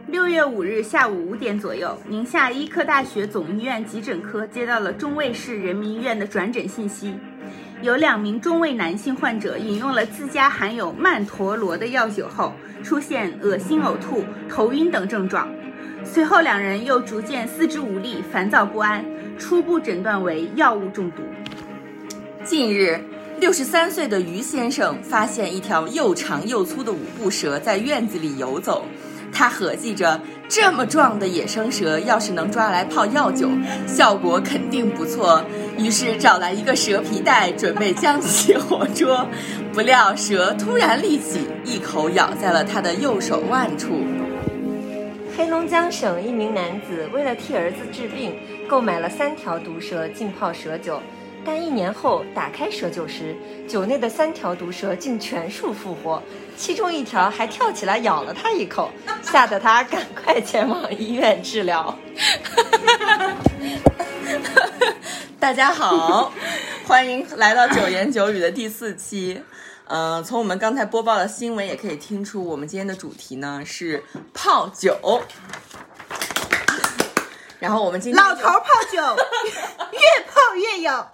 6月5日下午5点左右，宁夏医科大学总医院急诊科接到了中卫市人民医院的转诊信息，有2名中卫男性患者饮用了自家含有曼陀罗的药酒后，出现恶心、呕吐、头晕等症状。随后2人又逐渐四肢无力、烦躁不安，初步诊断为药物中毒。 近日，63岁的于先生发现一条又长又粗的五步蛇在院子里游走。他合计着，这么壮的野生蛇要是能抓来泡药酒，效果肯定不错。于是找来一个蛇皮袋，准备将其活捉。不料蛇突然立起，一口咬在了他的右手腕处。 黑龙江省一名男子为了替儿子治病，购买了3条毒蛇浸泡蛇酒，但1年后打开蛇酒时，酒内的3条毒蛇竟全数复活，其中1条还跳起来咬了他一口，吓得他赶快前往医院治疗。 大家好，欢迎来到9言9语的第4期。从我们刚才播报的新闻也可以听出，我们今天的主题呢是泡酒。然后我们今天老头泡酒，越泡越有。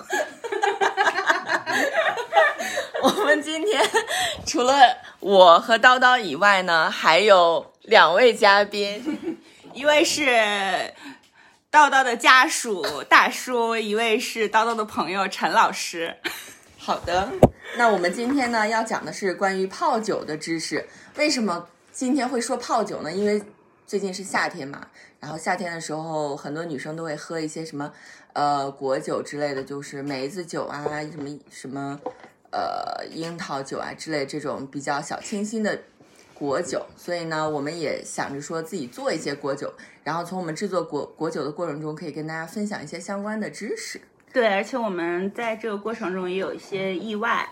我们今天除了我和叨叨以外呢，还有2位嘉宾， 一位是叨叨的家属大叔，一位是叨叨的朋友陈老师。 好的，那我们今天呢要讲的是关于泡酒的知识。为什么今天会说泡酒呢？因为最近是夏天嘛，然后夏天的时候很多女生都会喝一些什么果酒之类的，就是梅子酒啊，什么樱桃酒啊之类这种比较小清新的果酒。所以呢我们也想着说自己做一些果酒，然后从我们制作果酒的过程中可以跟大家分享一些相关的知识。 对，而且我们在这个过程中也有一些意外。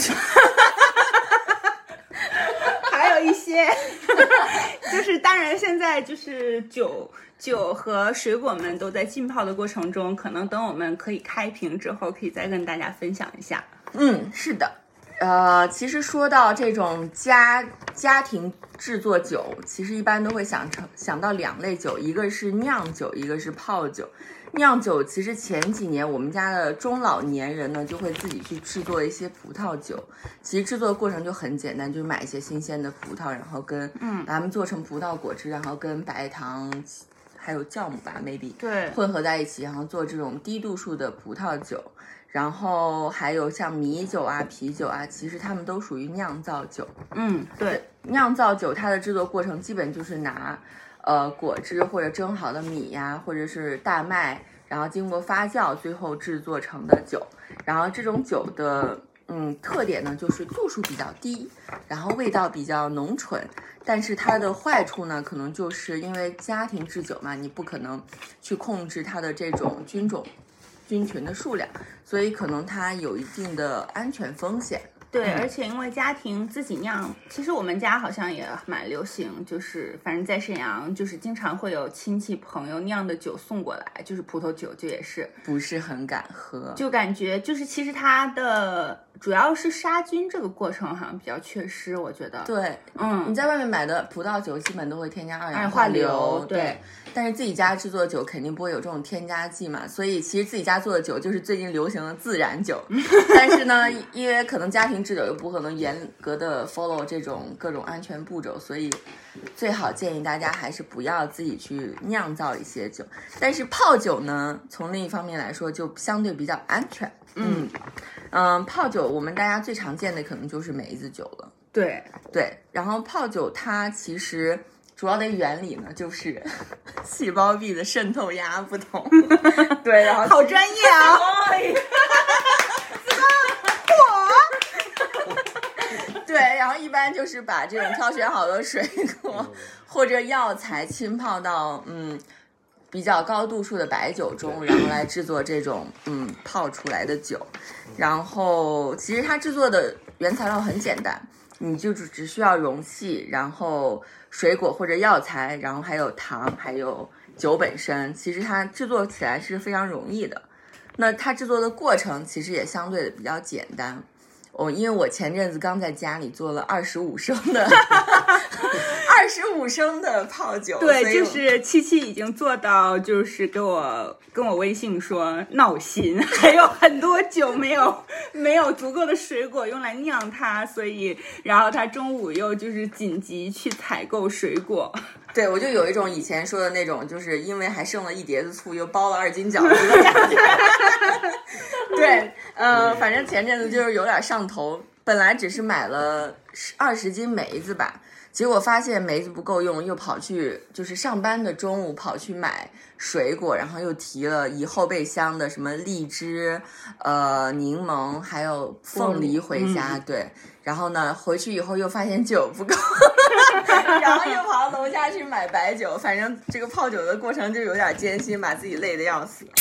还有一些就是当然现在就是酒和水果们都在浸泡的过程中，可能等我们可以开瓶之后可以再跟大家分享一下。 是的。其实说到这种家庭制作酒，其实一般都会想到2类酒，一个是酿酒，一个是泡酒。酿酒其实前几年我们家的中老年人呢就会自己去制作一些葡萄酒，其实制作的过程就很简单，就是买一些新鲜的葡萄，然后把它们做成葡萄果汁，然后跟白糖还有酵母吧 maybe 对混合在一起，然后做这种低度数的葡萄酒。然后还有像米酒啊、啤酒啊，其实它们都属于酿造酒。 对， 酿造酒它的制作过程基本就是拿果汁或者蒸好的米呀，或者是大麦，然后经过发酵，最后制作成的酒。然后这种酒的特点呢，就是度数比较低，然后味道比较浓醇。但是它的坏处呢，可能就是因为家庭制酒嘛，你不可能去控制它的这种菌群的数量，所以可能它有一定的安全风险。 对，而且因为家庭自己酿，其实我们家好像也蛮流行，就是反正在沈阳，就是经常会有亲戚朋友酿的酒送过来，就是葡萄酒，就也是不是很敢喝， 就感觉就是其实它的主要是杀菌这个过程好像比较缺失，我觉得。 对，你在外面买的葡萄酒基本都会添加二氧化硫， 对。 但是自己家制作的酒肯定不会有这种添加剂嘛，所以其实自己家做的酒就是最近流行的自然酒。但是呢，因为可能家庭制酒又不可能严格的 follow 这种各种安全步骤，所以最好建议大家还是不要自己去酿造一些酒。但是泡酒呢，从另一方面来说就相对比较安全。泡酒我们大家最常见的可能就是梅子酒了。 对， 然后泡酒它其实主要的原理呢，就是细胞壁的渗透压不同。对，然后好专业啊！ 对，然后一般就是把这种挑选好的水果或者药材浸泡到比较高度数的白酒中，然后来制作这种泡出来的酒。然后其实它制作的原材料很简单，你就只需要容器，然后水果或者药材，然后还有糖，还有酒本身，其实它制作起来是非常容易的。那它制作的过程其实也相对的比较简单。 因为我前阵子刚在家里做了25升的25升的泡酒， 对，就是七七已经做到，就是跟我微信说闹心，还有很多酒没有足够的水果用来酿它，所以然后他中午又就是紧急去采购水果。 对，我就有一种以前说的那种，就是因为还剩了一碟子醋，又包了2斤饺子的感觉。对，反正前阵子就是有点上头，本来只是买了20斤梅子吧，结果发现梅子不够用，又跑去就是上班的中午跑去买水果，然后又提了一后备箱的什么荔枝、柠檬还有凤梨回家。对，然后呢回去以后又发现酒不够，然后又跑到楼下去买白酒，反正这个泡酒的过程就有点艰辛，把自己累得要死。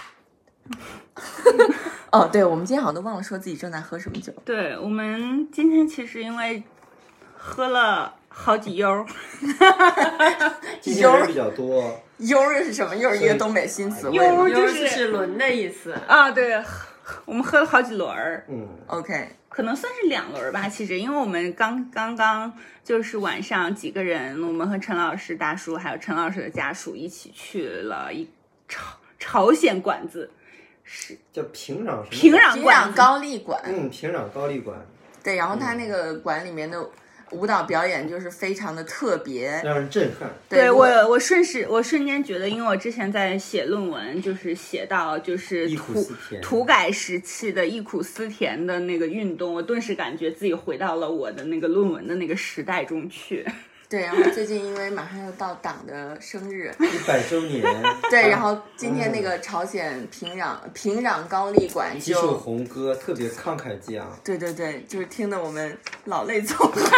哦，对，我们今天好像都忘了说自己正在喝什么酒。 对，我们今天其实因为喝了好几悠， 今天人比较多。 悠是什么？又是一个东北新词汇。 悠就是轮的意思啊，对，我们喝了好几轮儿。 OK， 可能算是2轮吧。其实，因为我们刚刚就是晚上几个人，我们和陈老师大叔还有陈老师的家属一起去了一朝鲜馆子。是叫平壤高丽馆， 平壤高丽馆。 对，然后他那个馆里面的舞蹈表演就是非常的特别， 让人震撼。 对，我瞬间觉得，因为我之前在写论文，就是写到就是土改时期的忆苦思甜的那个运动，我顿时感觉自己回到了我的那个论文的那个时代中去。 对，然后最近因为马上要到党的生日 100周年， 对，然后今天那个朝鲜平壤高丽馆一首红歌特别慷慨激昂， 对，就是听得我们老泪纵横，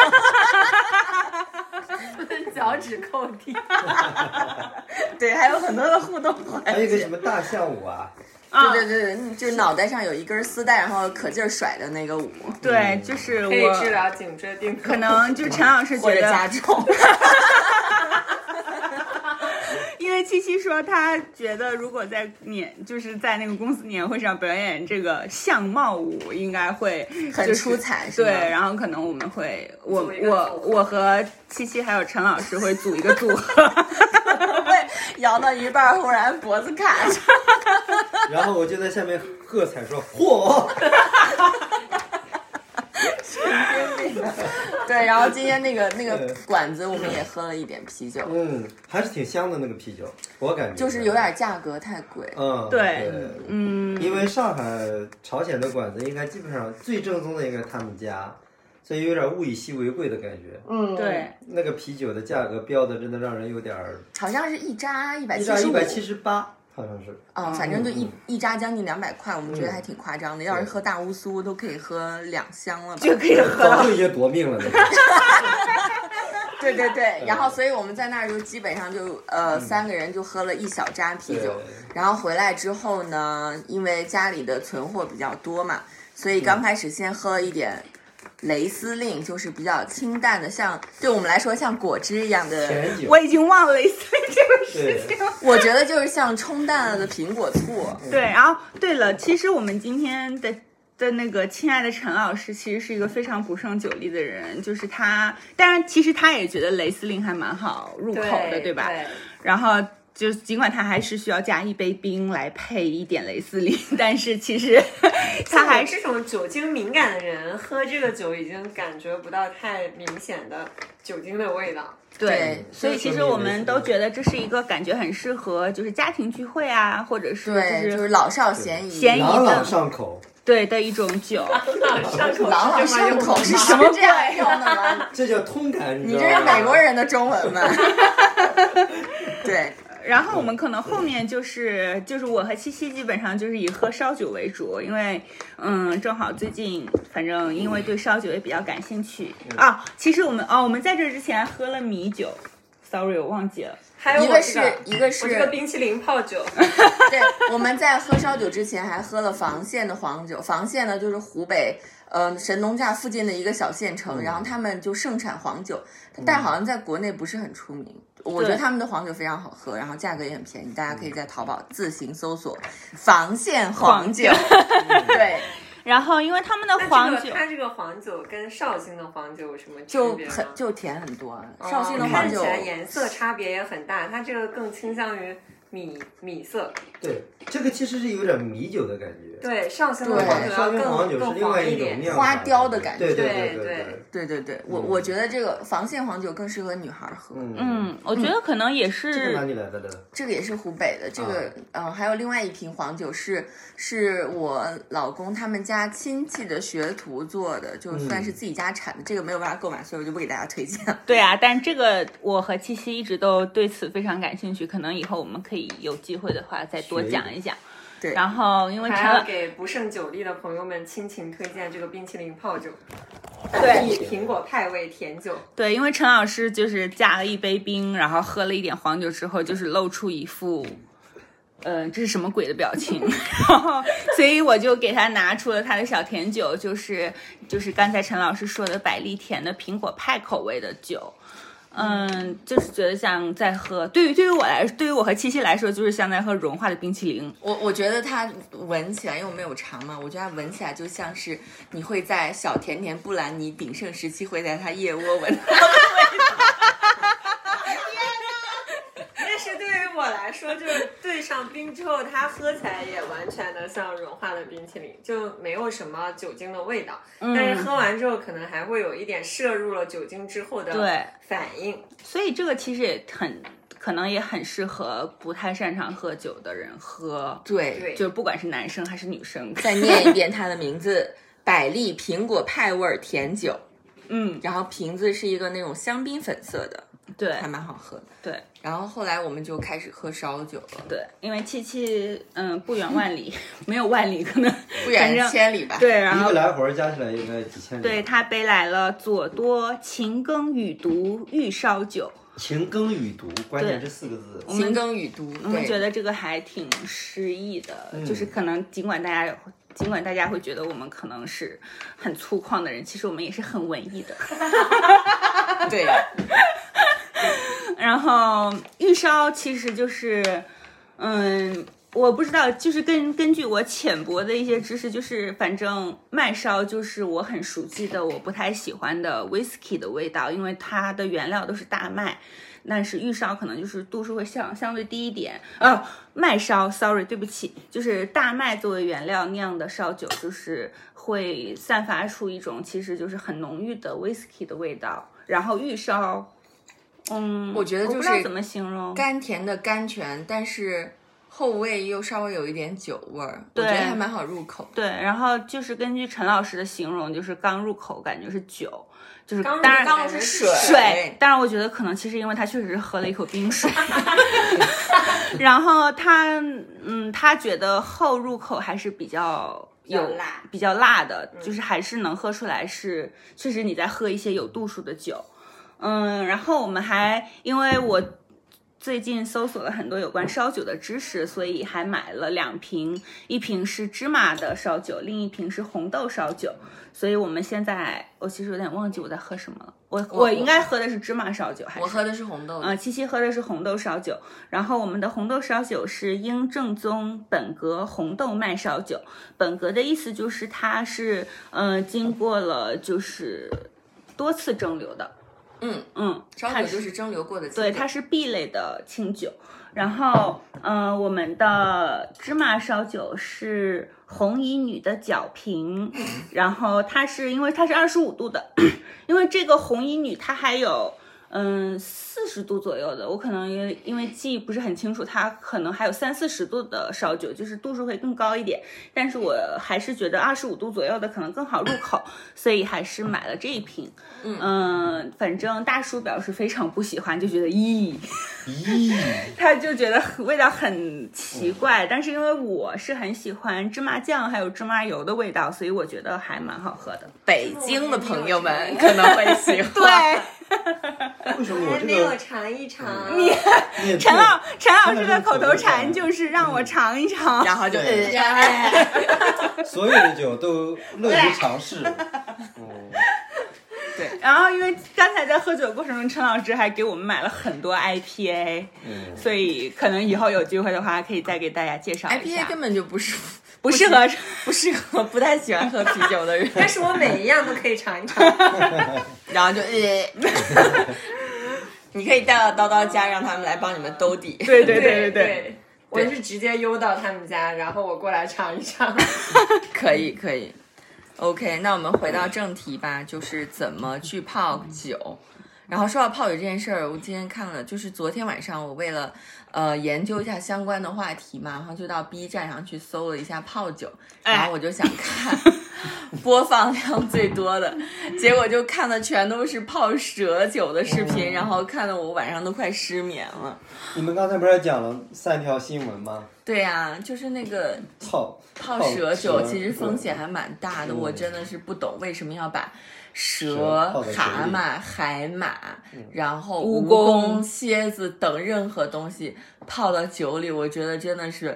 脚趾抠地， 对，还有很多的互动环节， 还有一个什么大象舞啊。 对，就是脑袋上有一根丝带，然后可劲儿甩的那个舞。 对，就是可以治疗颈椎病， 可能就是陈老师觉得加重。 因为七七说他觉得如果就是在那个公司年会上表演这个相貌舞，应该会很出彩， 对，然后可能我们会我和七七还有陈老师会组一个组合， 会摇到一半忽然脖子卡住， 然后我就在下面喝彩说嚯。 对，然后今天那个馆子我们也喝了一点啤酒， 还是挺香的那个啤酒，我感觉就是有点价格太贵， 对， 因为上海朝鲜的馆子应该基本上最正宗的应该他们家，所以有点物以稀为贵的感觉， 对， 那个啤酒的价格标的真的让人有点， 好像是一扎 178。好像是反正就一扎将近200块，我们觉得还挺夸张的。要是喝大乌苏都可以喝2箱了吧， 就可以喝早就已经夺命了。 对，然后所以我们在那儿就基本上就3个人就喝了1小扎啤酒，然后回来之后呢，因为家里的存货比较多嘛，所以刚开始先喝了一点雷司令，就是比较清淡的，像对我们来说像果汁一样的。 我已经忘了雷司令这个事情。 我觉得就是像冲淡了的苹果醋。 对，然后对了，其实我们今天的那个亲爱的陈老师，其实是一个非常不胜酒力的人，就是他，当然其实他也觉得雷司令还蛮好入口的，对吧？ 对。 然后就尽管他还是需要加一杯冰来配一点雷司令，但是其实他还这种酒精敏感的人喝这个酒已经感觉不到太明显的酒精的味道。 对， 所以其实我们都觉得这是一个感觉很适合就是家庭聚会啊，或者是就是老少咸宜朗朗上口。 对的一种酒。 朗朗上口是什么这样用的吗？ 这叫通感， 你这是美国人的中文吗？对。 然后我们可能后面就是我和七七基本上就是以喝烧酒为主，因为正好最近反正因为对烧酒也比较感兴趣啊。其实我们在这之前喝了米酒 ，sorry 我忘记了。 还有一个是我这个冰淇淋泡酒。 对，我们在喝烧酒之前还喝了房县的黄酒。房县呢就是湖北神农架附近的一个小县城，然后他们就盛产黄酒，但好像在国内不是很出名。我觉得他们的黄酒非常好喝，然后价格也很便宜，大家可以在淘宝自行搜索房县黄酒。对， 然后因为他们的黄酒， 它这个黄酒跟绍兴的黄酒有什么区别吗？ 就甜很多，绍兴的黄酒看起来颜色差别也很大，它这个更倾向于米色。 对，这个其实是有点米酒的感觉。 对，绍兴的黄酒要更黄一点， 花雕的感觉。 对， 我觉得这个防县黄酒更适合女孩喝。 我觉得可能也是。 这个哪里来的呢？ 这个也是湖北的。这个还有另外一瓶黄酒是我老公他们家亲戚的学徒做的，就算是自己家产的。这个没有办法购买，所以我就不给大家推荐了。 对啊，但这个我和七七一直都对此非常感兴趣，可能以后我们可以有机会的话再多讲一讲。 对， 然后因为还要给不胜酒力的朋友们亲情推荐这个冰淇淋泡酒， 对， 苹果派味甜酒。 对，因为陈老师就是加了一杯冰，然后喝了一点黄酒之后，就是露出一副这是什么鬼的表情，然后所以我就给他拿出了他的小甜酒，就是刚才陈老师说的百利甜的苹果派口味的酒。就是觉得像在喝，对于我和七七来说，就是像在喝融化的冰淇淋。 我觉得它闻起来，因为我没有尝嘛，我觉得它闻起来就像是你会在小甜甜布兰妮鼎盛时期会在它腋窝闻到的味道。 但是对于我来说，就是兑上冰之后，它喝起来也完全的像融化的冰淇淋，就没有什么酒精的味道。但是喝完之后，可能还会有一点摄入了酒精之后的反应。 所以这个其实也可能也很适合不太擅长喝酒的人喝。 对， 就不管是男生还是女生。 再念一遍它的名字：百利苹果派味甜酒。然后瓶子是一个那种香槟粉色的。 对， 还蛮好喝的。 对， 然后后来我们就开始喝烧酒了。 对，因为七七不远万里，没有万里，可能不远千里吧。 对，然后一个来回加起来应该几千里。 对，他背来了左多秦庚雨毒玉烧酒。 秦庚雨毒，关键这4个字。 秦庚雨毒， 我们觉得这个还挺诗意的，就是可能尽管大家会觉得我们可能是很粗犷的人，其实我们也是很文艺的。 对。 然后玉烧其实就是我不知道，就是根据我浅薄的一些知识，就是反正麦烧就是我很熟悉的我不太喜欢的 whisky 的味道，因为它的原料都是大麦，但是玉烧可能就是度数会相对低一点。麦烧 sorry 对不起，就是大麦作为原料酿的烧酒，就是会散发出一种其实就是很浓郁的 whisky 的味道。然后玉烧我觉得就是我不知道怎么形容， 甘甜的甘泉，但是后味又稍微有一点酒味儿，我觉得还蛮好入口。 对，然后就是根据陈老师的形容，就是刚入口感觉是酒，就是当然是水。当然，我觉得可能其实因为他确实是喝了一口冰水，然后他觉得后入口还是比较辣的，就是还是能喝出来是确实你在喝一些有度数的酒。然后我们还因为我最近搜索了很多有关烧酒的知识，所以还买了2瓶，一瓶是芝麻的烧酒，另一瓶是红豆烧酒。所以我们现在我其实有点忘记我在喝什么了，我应该喝的是芝麻烧酒，还是我喝的是红豆的。 七七喝的是红豆烧酒，然后我们的红豆烧酒是英正宗本格红豆麦烧酒。本格的意思就是它是经过了就是多次蒸馏的。 烧酒就是蒸馏过的清酒。 对，它是 B 类的清酒。然后我们的芝麻烧酒是红衣女的角瓶，然后因为它是25度的，因为这个红衣女它还有40度左右的，我可能因为记忆不是很清楚，它可能还有30-40度的烧酒，就是度数会更高一点，但是我还是觉得25度左右的可能更好入口，所以还是买了这一瓶。反正大叔表示非常不喜欢，就觉得他就觉得味道很奇怪，但是因为我是很喜欢芝麻酱还有芝麻油的味道，所以我觉得还蛮好喝的。 北京的朋友们可能会喜欢。 对， 为什么我这个没有尝一尝？ 陈老师的口头禅就是让我尝一尝， 然后就所有的酒都乐于尝试。 对，然后因为刚才在喝酒的过程中，陈老师还给我们买了很多 IPA，所以可能以后有机会的话，可以再给大家介绍一下。 IPA 根本就不不适合， 不太喜欢喝啤酒的人。 但是我每一样都可以尝一尝。 然后就你可以带到叨叨家，让他们来帮你们兜底。 对，我是直接邮到他们家，然后我过来尝一尝。 可以。OK， 那我们回到正题吧，就是怎么去泡酒。然后说到泡酒这件事儿，我今天看了，就是昨天晚上我为了研究一下相关的话题嘛，然后就到 B 站上去搜了一下泡酒，然后我就想看播放量最多的，结果就看的全都是泡蛇酒的视频，然后看得我晚上都快失眠了。 你们刚才不是讲了3条新闻吗？ 对呀，就是那个泡蛇酒，其实风险还蛮大的，我真的是不懂为什么要把蛇、蛤蟆、海马，然后蜈蚣、蝎子等任何东西泡到酒里，我觉得真的是，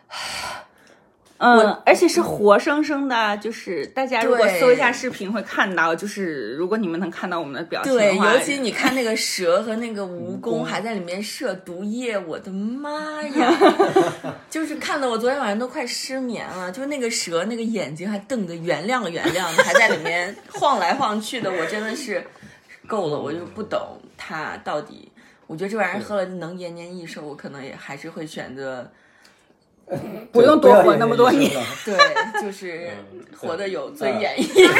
而且是活生生的，就是大家如果搜一下视频会看到，就是如果你们能看到我们的表情的话， 对，尤其你看那个蛇和那个蜈蚣还在里面射毒液，我的妈呀！就是看得我昨天晚上都快失眠了，就那个蛇那个眼睛还瞪得圆亮的，还在里面晃来晃去的，我真的是够了，我就不懂它到底。我觉得这玩意儿喝了能延年益寿，我可能也还是会选择。 不用多活那么多年， 对，就是活得有尊严一点。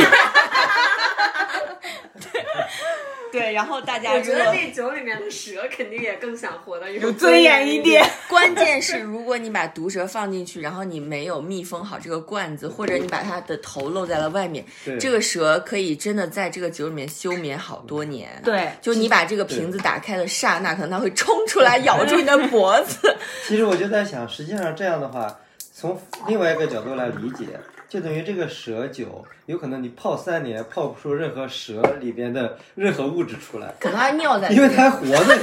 对，然后大家我觉得那酒里面的蛇肯定也更想活得有尊严一点。 关键是，如果你把毒蛇放进去，然后你没有密封好这个罐子，或者你把它的头露在了外面，这个蛇可以真的在这个酒里面休眠好多年。 对， 就你把这个瓶子打开的刹那，可能它会冲出来咬住你的脖子。 其实我就在想，实际上这样的话，从另外一个角度来理解，就等于这个蛇酒有可能你泡3年泡不出任何蛇里边的任何物质出来， 可能还尿在里面， 因为它还活着。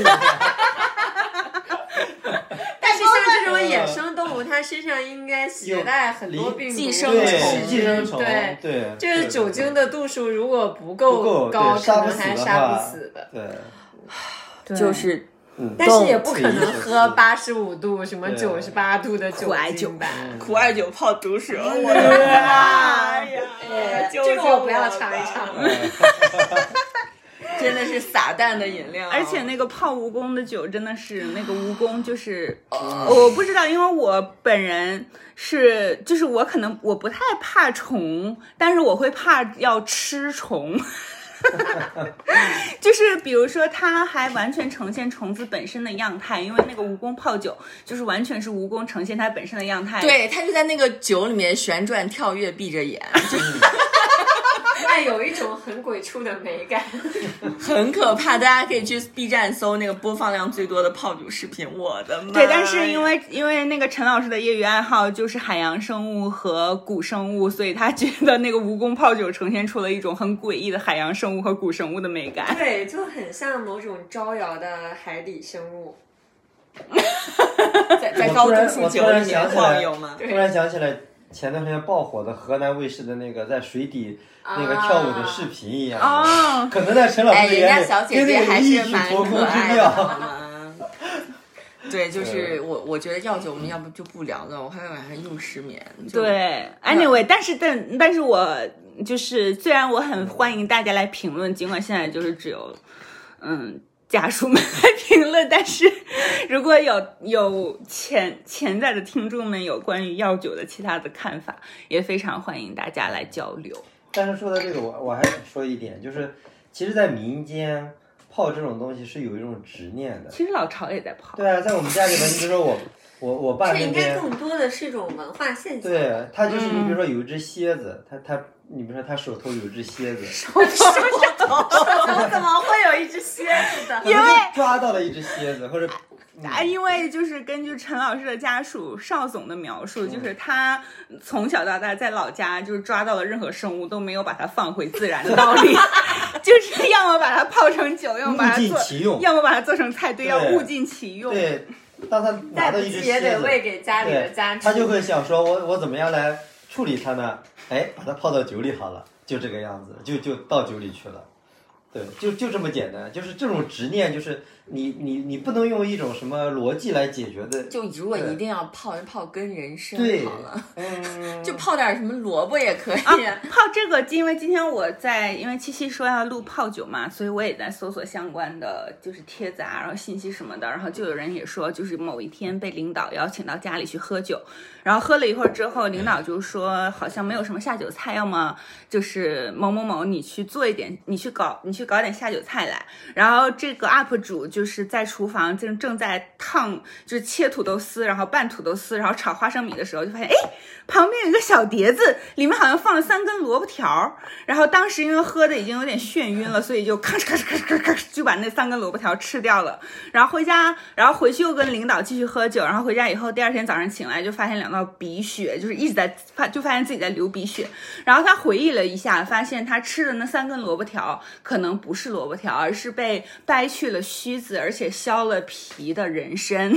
但是像这种野生动物，它身上应该携带很多病毒、 寄生虫。对， 这个酒精的度数如果不够高，可能还杀不死的。 对， 就是。 但是也不可能喝85度、什么98度的苦艾酒吧？ 苦艾酒泡毒蛇，我的妈呀！这个我不要尝一尝。 真的是撒旦的饮料， 而且那个泡蜈蚣的酒真的是那个蜈蚣，就是我不知道，因为我本人就是我可能我不太怕虫，但是我会怕要吃虫。就是比如说它还完全呈现虫子本身的样态，因为那个蜈蚣泡酒就是完全是蜈蚣呈现它本身的样态， 对，它就在那个酒里面旋转跳跃闭着眼， 哎，有一种很鬼畜的美感， 很可怕。大家可以去 B 站搜那个播放量最多的泡酒视频，我的妈！ 对，但是因为那个陈老师的业余爱好就是海洋生物和古生物，所以他觉得那个蜈蚣泡酒呈现出了一种很诡异的海洋生物和古生物的美感。 对，就很像某种招摇的海底生物。 在高度数酒里面晃悠吗？ 突然想起来前段时间爆火的河南卫视的那个在水底那个跳舞的视频一样哦， 可能在陈老师人家小姐姐还是蛮可爱的。对，就是我觉得药酒我们要不就不聊了，我还晚上又失眠。 对 ，anyway， 但是我就是虽然我很欢迎大家来评论，尽管现在就是只有家属们来评论，但是如果有潜在的听众们有关于药酒的其他的看法，也非常欢迎大家来交流。 但是说到这个，我还想说一点，就是其实，在民间泡这种东西是有一种执念的。 其实老巢也在泡。 对啊，在我们家里面，你比如说我爸那边， 这应该更多的是一种文化现象。 对，他就是你比如说有一只蝎子，你比如说他手头有一只蝎子， 手头怎么会有一只蝎子的？ 因为抓到了一只蝎子，或者因为就是根据陈老师的家属邵总的描述，就是他从小到大在老家就是抓到了任何生物都没有把它放回自然的道理，就是要么把它泡成酒，要么把它要么把它做成菜，对，要物尽其用。 对，当他拿到一只蝎子， 也得喂给家里的家畜， 他就会想说我怎么样来处理它呢？哎，把它泡到酒里好了，就这个样子，就到酒里去了。对，就这么简单，就是这种执念，就是你不能用一种什么逻辑来解决的。 就如果一定要泡一泡根人参好了，就泡点什么萝卜也可以。 泡这个，因为今天因为七七说要录泡酒嘛，所以我也在搜索相关的就是帖子啊，然后信息什么的，然后就有人也说，就是某一天被领导邀请到家里去喝酒，然后喝了一会儿之后，领导就说好像没有什么下酒菜，要么就是某某某你去做一点，你去搞点下酒菜来。然后这个 UP 主就是在厨房正在烫，就是切土豆丝，然后拌土豆丝，然后炒花生米的时候，就发现旁边有一个小碟子，里面好像放了3根萝卜条。然后当时因为喝的已经有点眩晕了，所以就咔哧咔哧咔哧咔哧就把那3根萝卜条吃掉了。然后回去又跟领导继续喝酒，然后回家以后第二天早上醒来就发现2道鼻血，就是一直在就发现自己在流鼻血。然后他回忆了一下，发现他吃的那3根萝卜条可能不是萝卜条，而是被掰去了须子而且削了皮的人参。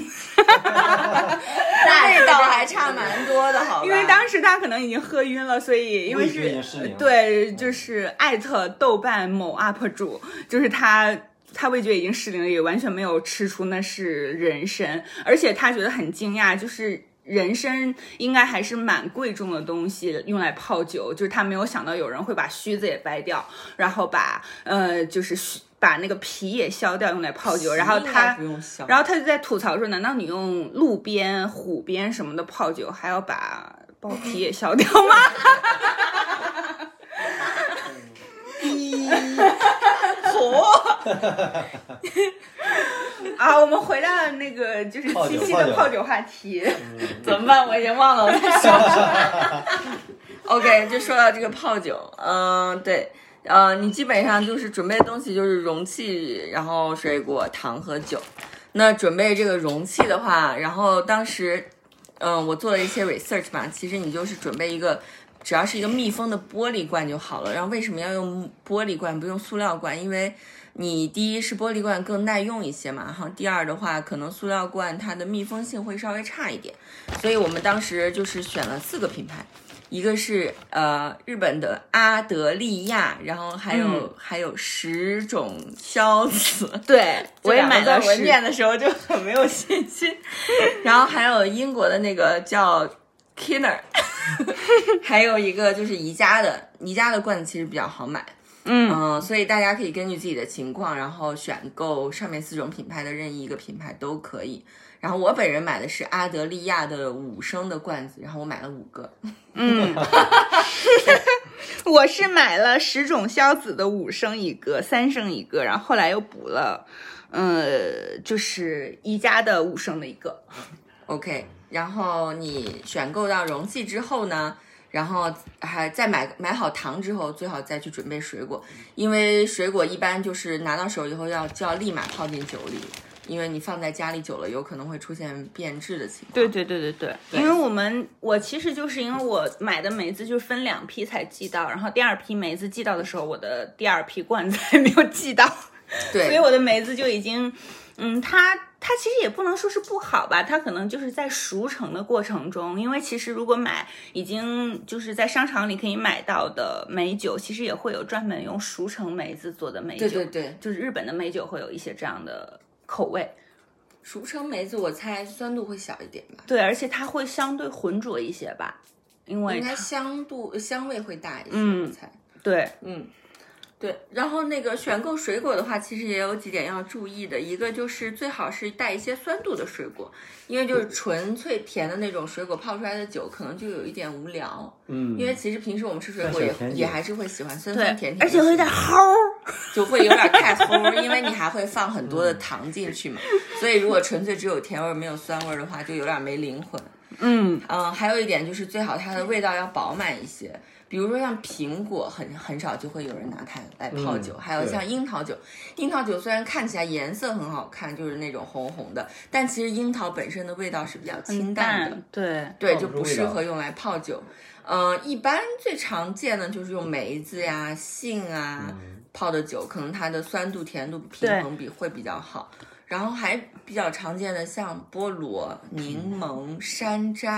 那味道还差蛮多的，好吧？ 因为当时他可能已经喝晕了，所以因为是对，就是艾特豆瓣某 UP 主，就是他味觉已经失灵了，也完全没有吃出那是人参，而且他觉得很惊讶，就是人参应该还是蛮贵重的东西，用来泡酒，就是他没有想到有人会把须子也掰掉，然后把那个皮也削掉用来泡酒，然后他就在吐槽说，难道你用鹿鞭、虎鞭什么的泡酒，还要把包皮也削掉吗？我们回到了那个就是七夕的泡酒话题， 怎么办？我已经忘了我在说什么。OK， 就说到这个泡酒，对。你基本上就是准备的东西就是容器，然后水果、糖和酒。那准备这个容器的话，然后当时，我做了一些 research 嘛，其实你就是准备只要是一个密封的玻璃罐就好了。然后为什么要用玻璃罐不用塑料罐？因为你第一是玻璃罐更耐用一些嘛，然后第二的话，可能塑料罐它的密封性会稍微差一点。所以我们当时就是选了4个品牌。一个是日本的阿德利亚，然后还有10种消子， 对，我也买了 10。我念的时候就很没有信心。然后还有英国的那个叫 Kinner， 还有一个就是宜家的罐子其实比较好买。所以大家可以根据自己的情况，然后选购上面4种品牌的任意一个品牌都可以。然后我本人买的是阿德利亚的5升的罐子，然后我买了5个。 我是买了10种消子的5升一个，3升一个，然后后来又补了，就是宜家的5升的一个。 OK， 然后你选购到容器之后呢，然后还再买好糖之后，最好再去准备水果，因为水果一般就是拿到手以后就要立马泡进酒里。因为你放在家里久了，有可能会出现变质的情况。 对，因为我其实就是因为我买的梅子就是分2批才寄到，然后第2批梅子寄到的时候，我的第2批罐子还没有寄到， 对， 所以我的梅子就已经，它其实也不能说是不好吧，它可能就是在熟成的过程中，因为其实如果买已经就是在商场里可以买到的梅酒，其实也会有专门用熟成梅子做的梅酒， 对， 就是日本的梅酒会有一些这样的口味。 熟成梅子我猜酸度会小一点吧？ 对，而且它会相对浑浊一些吧，因为应该香味会大一些，我猜。 对， 对，然后那个选购水果的话，其实也有几点要注意的。一个就是最好是带一些酸度的水果，因为就是纯粹甜的那种水果泡出来的酒，可能就有一点无聊。因为其实平时我们吃水果也还是会喜欢酸酸甜甜的， 而且会有点齁， 就会有点太齁，因为你还会放很多的糖进去嘛。所以如果纯粹只有甜味没有酸味的话，就有点没灵魂。还有一点就是最好它的味道要饱满一些。比如说像苹果很少就会有人拿它来泡酒，还有像樱桃酒，樱桃酒虽然看起来颜色很好看，就是那种红红的，但其实樱桃本身的味道是比较清淡的， 对，就不适合用来泡酒。一般最常见的就是用梅子呀、杏啊泡的酒，可能它的酸度、甜度平衡会比较好。然后还比较常见的像菠萝、柠檬、山楂，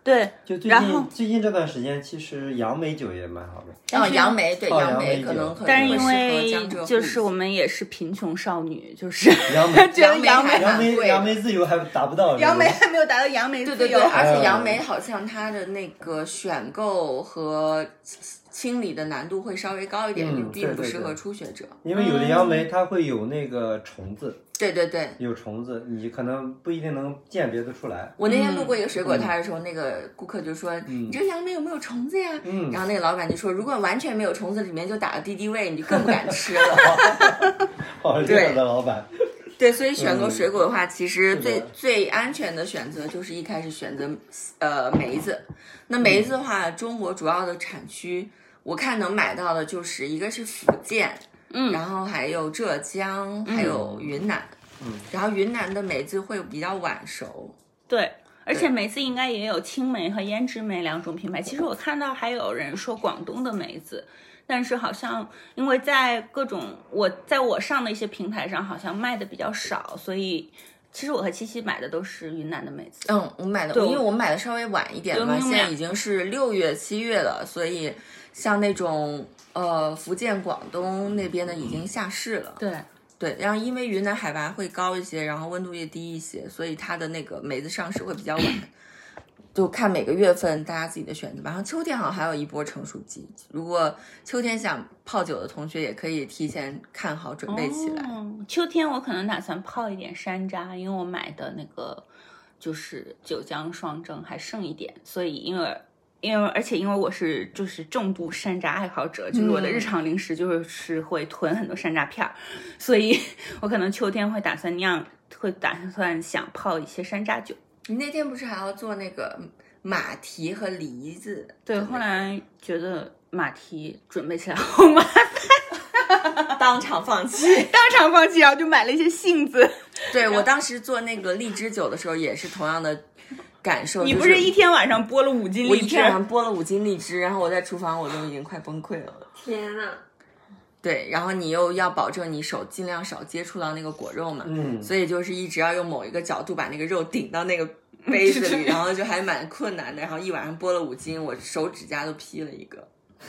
对， 就最然后近这段时间，其实杨梅酒也蛮好的。 杨梅对杨梅酒可能但是因会适合为江浙沪就是我们也是贫穷少女，就是杨梅觉得杨梅杨梅自由还达不到。 杨梅还没有达到杨梅自由。 对，而且杨梅好像它的那个选购和清理的难度会稍微高一点，就并不适合初学者。 因为有的杨梅它会有那个虫子。 对， 有虫子，你可能不一定能鉴别得出来。 我那天路过一个水果摊的时候，那个顾客就说：“你这个杨梅有没有虫子呀？”然后那个老板就说：“如果完全没有虫子，里面就打了敌敌畏，你就更不敢吃了。” 好厉害的老板。 对，所以选购水果的话，其实最安全的选择就是一开始选择梅子。那梅子的话，中国主要的产区，我看能买到的就是一个是福建。然后还有浙江，还有云南，然后云南的梅子会比较晚熟， 对，而且梅子应该也有青梅和胭脂梅两种品牌。其实我看到还有人说广东的梅子，但是好像因为在各种我上的一些平台上好像卖的比较少，所以其实我和七七买的都是云南的梅子。 我买的，因为我买的稍微晚一点嘛，现在已经是6月7月了，所以像那种福建、广东那边的已经下市了。对，然后因为云南海拔会高一些，然后温度也低一些，所以它的那个梅子上市会比较晚。就看每个月份大家自己的选择吧。然后秋天好像还有一波成熟季，如果秋天想泡酒的同学也可以提前看好准备起来。 秋天我可能打算泡一点山楂，因为我买的那个就是九江双蒸还剩一点，所以因为我是就是重度山楂爱好者，就是我的日常零食就是会囤很多山楂片，所以我可能秋天会打算想泡一些山楂酒。 你那天不是还要做那个马蹄和梨子？ 对，后来觉得马蹄准备起来好麻烦， 当场放弃， 然后就买了一些杏子。 对，我当时做那个荔枝酒的时候也是同样的感受。 你不是一天晚上剥了5斤荔枝？ 我一天晚上剥了5斤荔枝，然后我在厨房我都已经快崩溃了。 天哪！ 对，然后你又要保证你手尽量少接触到那个果肉嘛，所以就是一直要用某一个角度把那个肉顶到那个杯子里，然后就还蛮困难的。然后一晚上剥了5斤，我手指甲都劈了一个。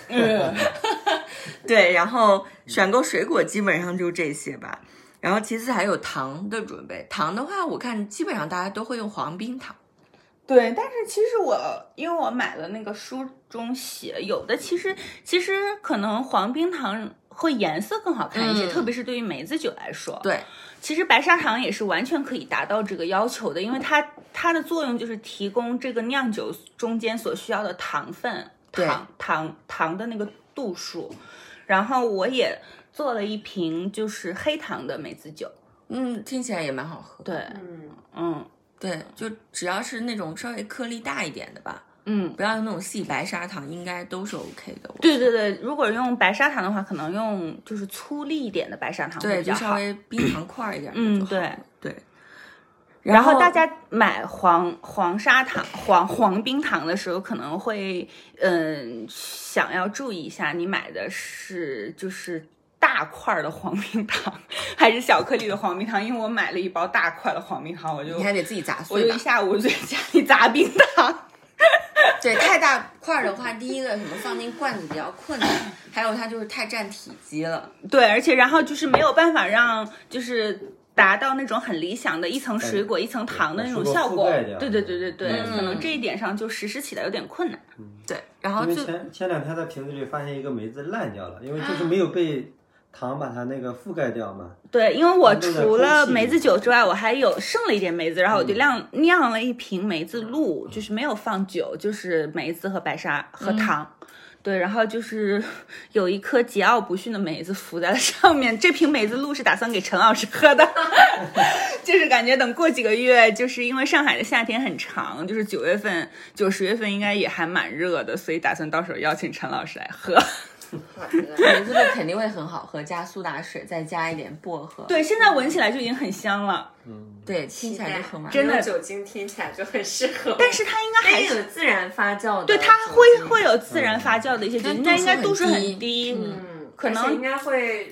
对，然后选购水果基本上就这些吧。然后其次还有糖的准备，糖的话我看基本上大家都会用黄冰糖。 对，但是其实因为我买了那个书中写，有的其实可能黄冰糖会颜色更好看一些，特别是对于梅子酒来说。 对， 其实白砂糖也是完全可以达到这个要求的，因为它的作用就是提供这个酿酒中间所需要的糖分，糖的那个度数。然后我也做了一瓶就是黑糖的梅子酒， 听起来也蛮好喝。 对， 对，就只要是那种稍微颗粒大一点的吧，不要用那种细白砂糖，应该都是 OK 的。 对，如果用白砂糖的话，可能用就是粗粒一点的白砂糖会比较好， 就稍微冰糖块一点的对。 然后大家买黄冰糖的时候，可能会想要注意一下，你买的是就是大块的黄冰糖还是小颗粒的黄冰糖？因为我买了一包大块的黄冰糖， 你还得自己砸碎吧， 我就一下午就在家里砸冰糖。 对，太大块的话，第一个什么放进罐子比较困难，还有它就是太占体积了。 对，而且然后就是没有办法让就是达到那种很理想的一层水果一层糖的那种效果。对，可能这一点上就实施起来有点困难。 对，然后因为前2天在瓶子里发现一个梅子烂掉了，因为就是没有被糖把它那个覆盖掉嘛。 对，因为我除了梅子酒之外，我还有剩了一点梅子，然后我就酿了一瓶梅子露，就是没有放酒，就是梅子和白砂和糖。对，然后就是有一颗桀骜不驯的梅子浮在了上面。这瓶梅子露是打算给陈老师喝的，就是感觉等过几个月，就是因为上海的夏天很长，就是9月份、9、10月份应该也还蛮热的，所以打算到时候邀请陈老师来喝。 梅子露肯定会很好喝，加苏打水，再加一点薄荷。 对，现在闻起来就已经很香了。 对，听起来就很真的酒精听起来就很适合。 但是它应该还是有自然发酵的， 对，它会有自然发酵的一些酒精，但应该度数很低，可能应该会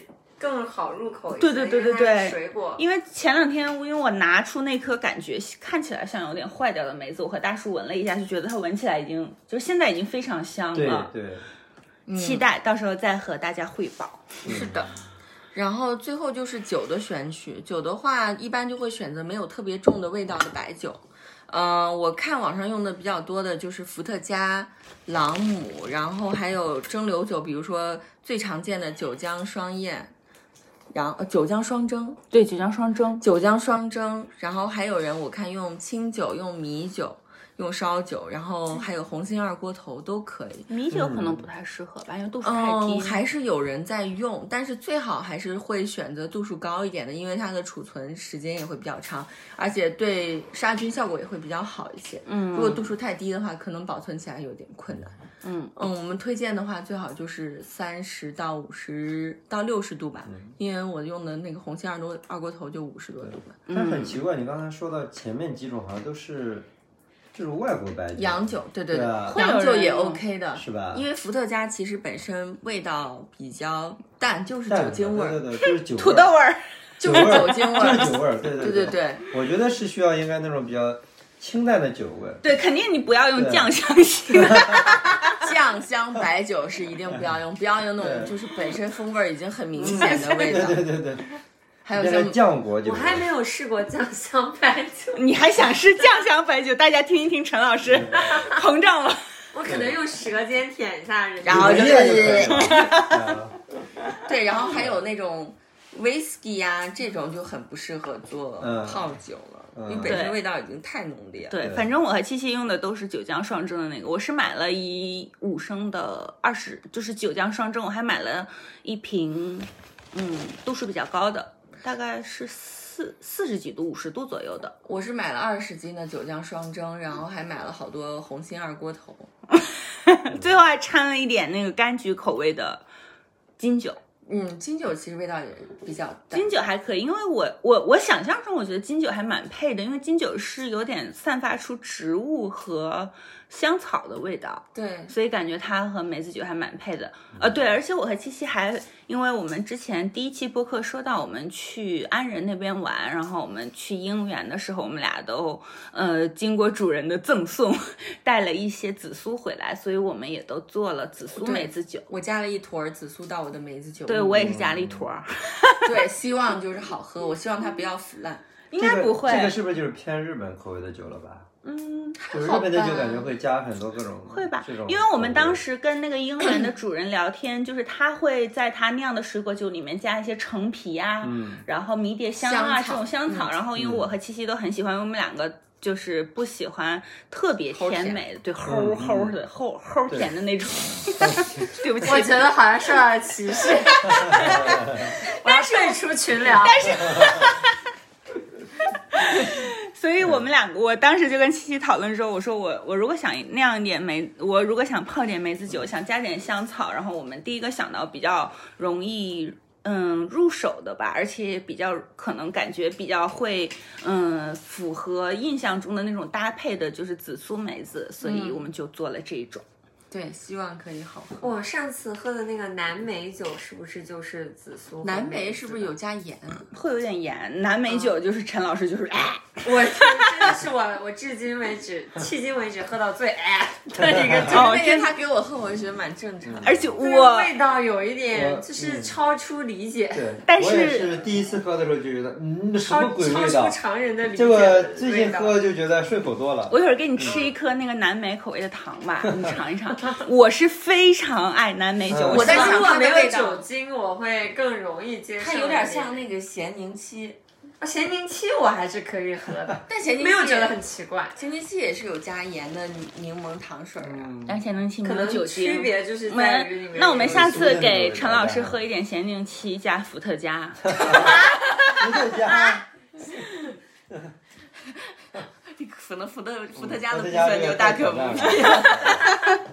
更好入口一些。 对对对对因为它对， 是水果。 因为前2天因为我拿出那颗感觉看起来像有点坏掉的梅子，我和大叔闻了一下，就觉得它闻起来已经就是现在已经非常香了。 对， 期待到时候再和大家汇报。 是的。然后最后就是酒的选取，酒的话一般就会选择没有特别重的味道的白酒。我看网上用的比较多的就是伏特加、朗姆，然后还有蒸馏酒，比如说最常见的九江双燕，然后九江双蒸， 对，九江双蒸， 九江双蒸，然后还有人我看用清酒、用米酒、用烧酒，然后还有红心二锅头都可以。 米酒可能不太适合吧，因为度数太低。 还是有人在用，但是最好还是会选择度数高一点的，因为它的储存时间也会比较长，而且对杀菌效果也会比较好一些。如果度数太低的话，可能保存起来有点困难。我们推荐的话，最好就是30到50到60度吧，因为我用的那个红心二锅头就50多度吧。 但很奇怪，你刚才说到前面几种好像都是这种外国白酒， 洋酒，对对对， 啊洋酒也 OK 的， 是吧？ 因为伏特加其实本身味道比较淡，就是酒精味儿， 对，就是酒土豆味儿， 就是酒精味儿， 就是酒味儿，对。我觉得是需要应该那种比较清淡的酒味。 对，肯定你不要用酱香型的。 酱香白酒是一定不要用，不要用那种就是本身风味已经很明显的味道。 对。 还有像酱果酒， 我还没有试过酱香白酒。 你还想试酱香白酒？大家听一听陈老师膨胀了。 我可能用舌尖舔一下人家， 然后就是对，然后还有那种 whisky 呀，这种就很不适合做泡酒了。因为本身味道已经太浓烈了。 对，反正我和七七用的都是九江双蒸的那个，我是买了一5升的20，就是九江双蒸，我还买了一瓶，度数比较高的，大概是40几度、50度左右的。 我是买了20斤的九江双蒸，然后还买了好多红心二锅头， 最后还掺了一点那个柑橘口味的金酒。 金酒其实味道也比较淡， 金酒还可以，因为我想象中我觉得金酒还蛮配的，因为金酒是有点散发出植物和香草的味道， 对， 所以感觉它和梅子酒还蛮配的。对，而且我和七七还，因为我们之前第1期播客说到我们去安仁那边玩，然后我们去樱园的时候，我们俩都经过主人的赠送，带了一些紫苏回来，所以我们也都做了紫苏梅子酒。 我加了一坨紫苏到我的梅子酒。 对，我也是加了一坨。 对，希望就是好喝，我希望它不要腐烂。 应该不会。 这个是不是就是偏日本口味的酒了吧？就是日本的酒感觉会加很多各种会吧， 这种因为我们当时跟那个樱园的主人聊天，就是他会在他酿的水果酒里面加一些橙皮啊，然后迷迭香啊这种香草，然后因为我和七七都很喜欢，因为我们两个就是不喜欢特别甜美的，对，齁的齁甜的那种。对不起， 我觉得好像受到了歧视。我要退出群聊。 但是。所以我们两个，我当时就跟七七讨论说，我说我如果想酿一点我如果想泡点梅子酒，想加点香草，然后我们第一个想到比较容易入手的吧，而且比较可能感觉比较会符合印象中的那种搭配的，就是紫苏梅子，所以我们就做了这一种。 对，希望可以好喝。 我上次喝的那个蓝莓酒是不是就是紫苏？ 蓝莓是不是有加盐？ 会有点盐。蓝莓酒就是陈老师就是我真的是我至今为止迄今为止喝到最的一个酒。 那个他给我喝，我觉得蛮正常的。 而且味道有一点就是超出理解。 对， 但是我也是第一次喝的时候就觉得什么鬼味道， 超出常人的理解。 结果最近喝就觉得顺口多了。 我一会儿给你吃一颗那个蓝莓口味的糖吧，你尝一尝。我是非常爱蓝莓酒， 我在想如果没有味道酒精，我会更容易接受。 它有点像那个咸柠七。 咸柠七我还是可以喝的， 但咸柠七没有觉得很奇怪。 咸柠七也是有加盐的柠檬糖水啊， 但咸柠七没可能有酒精， 区别就是在于里面。 那我们下次给陈老师喝一点咸柠七加伏特加。 伏特加。 可能伏特加的部分就大可不必。